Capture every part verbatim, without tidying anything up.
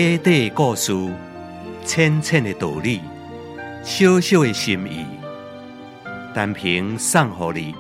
短短的故事，浅浅的道理，小小的心意，单凭送予你。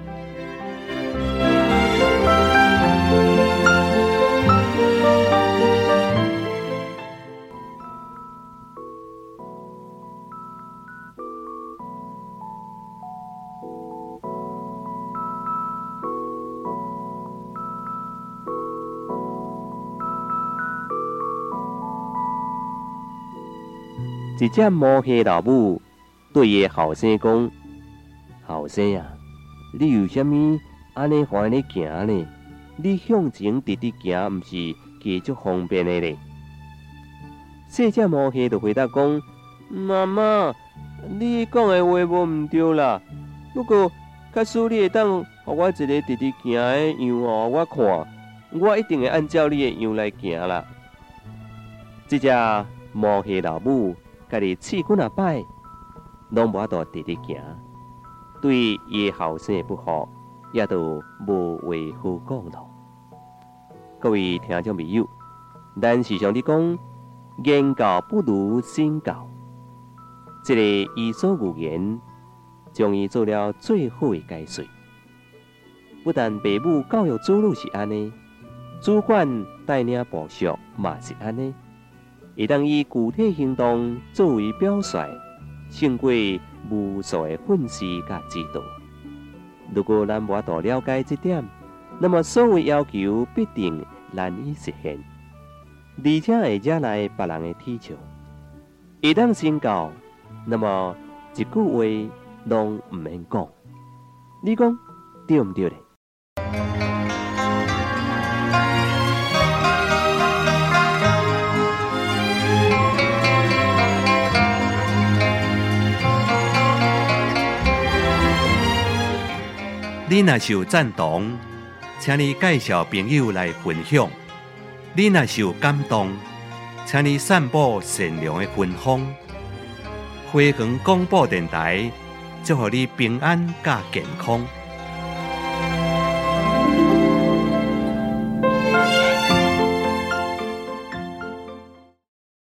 一只毛黑老母对伊后生讲：“后生啊，你有啥物安尼欢咧行呢？你向前直直行，毋是加足方便的咧。”细只毛黑就回答讲：“妈妈，你讲的话无毋对啦。不过，假使你会当互我一个直直行的样哦，我看，我一定会按照你的样来行啦。”这只毛黑老母。家己试几啊摆，拢无法度直直行，对伊后生的不好，也都无话好讲咯。各位听众朋友，咱时常伫讲言教不如身教，这个伊索寓言将伊做了最好的解说。不但父母教育子女是安尼，主管带领部属嘛是安尼。会当以具体行动作为表率，胜过无数的训示甲指导。如果咱无法度了解这点，那么所有要求必定难以实现，而且会惹来别人的踢笑。一旦身教，那么一句话拢唔免讲。你讲对唔对咧？ 你若是有赞同，请你介绍朋友来分享；你若是有感动，请你散布善良的芬芳。花园广播电台，祝福你平安加健康。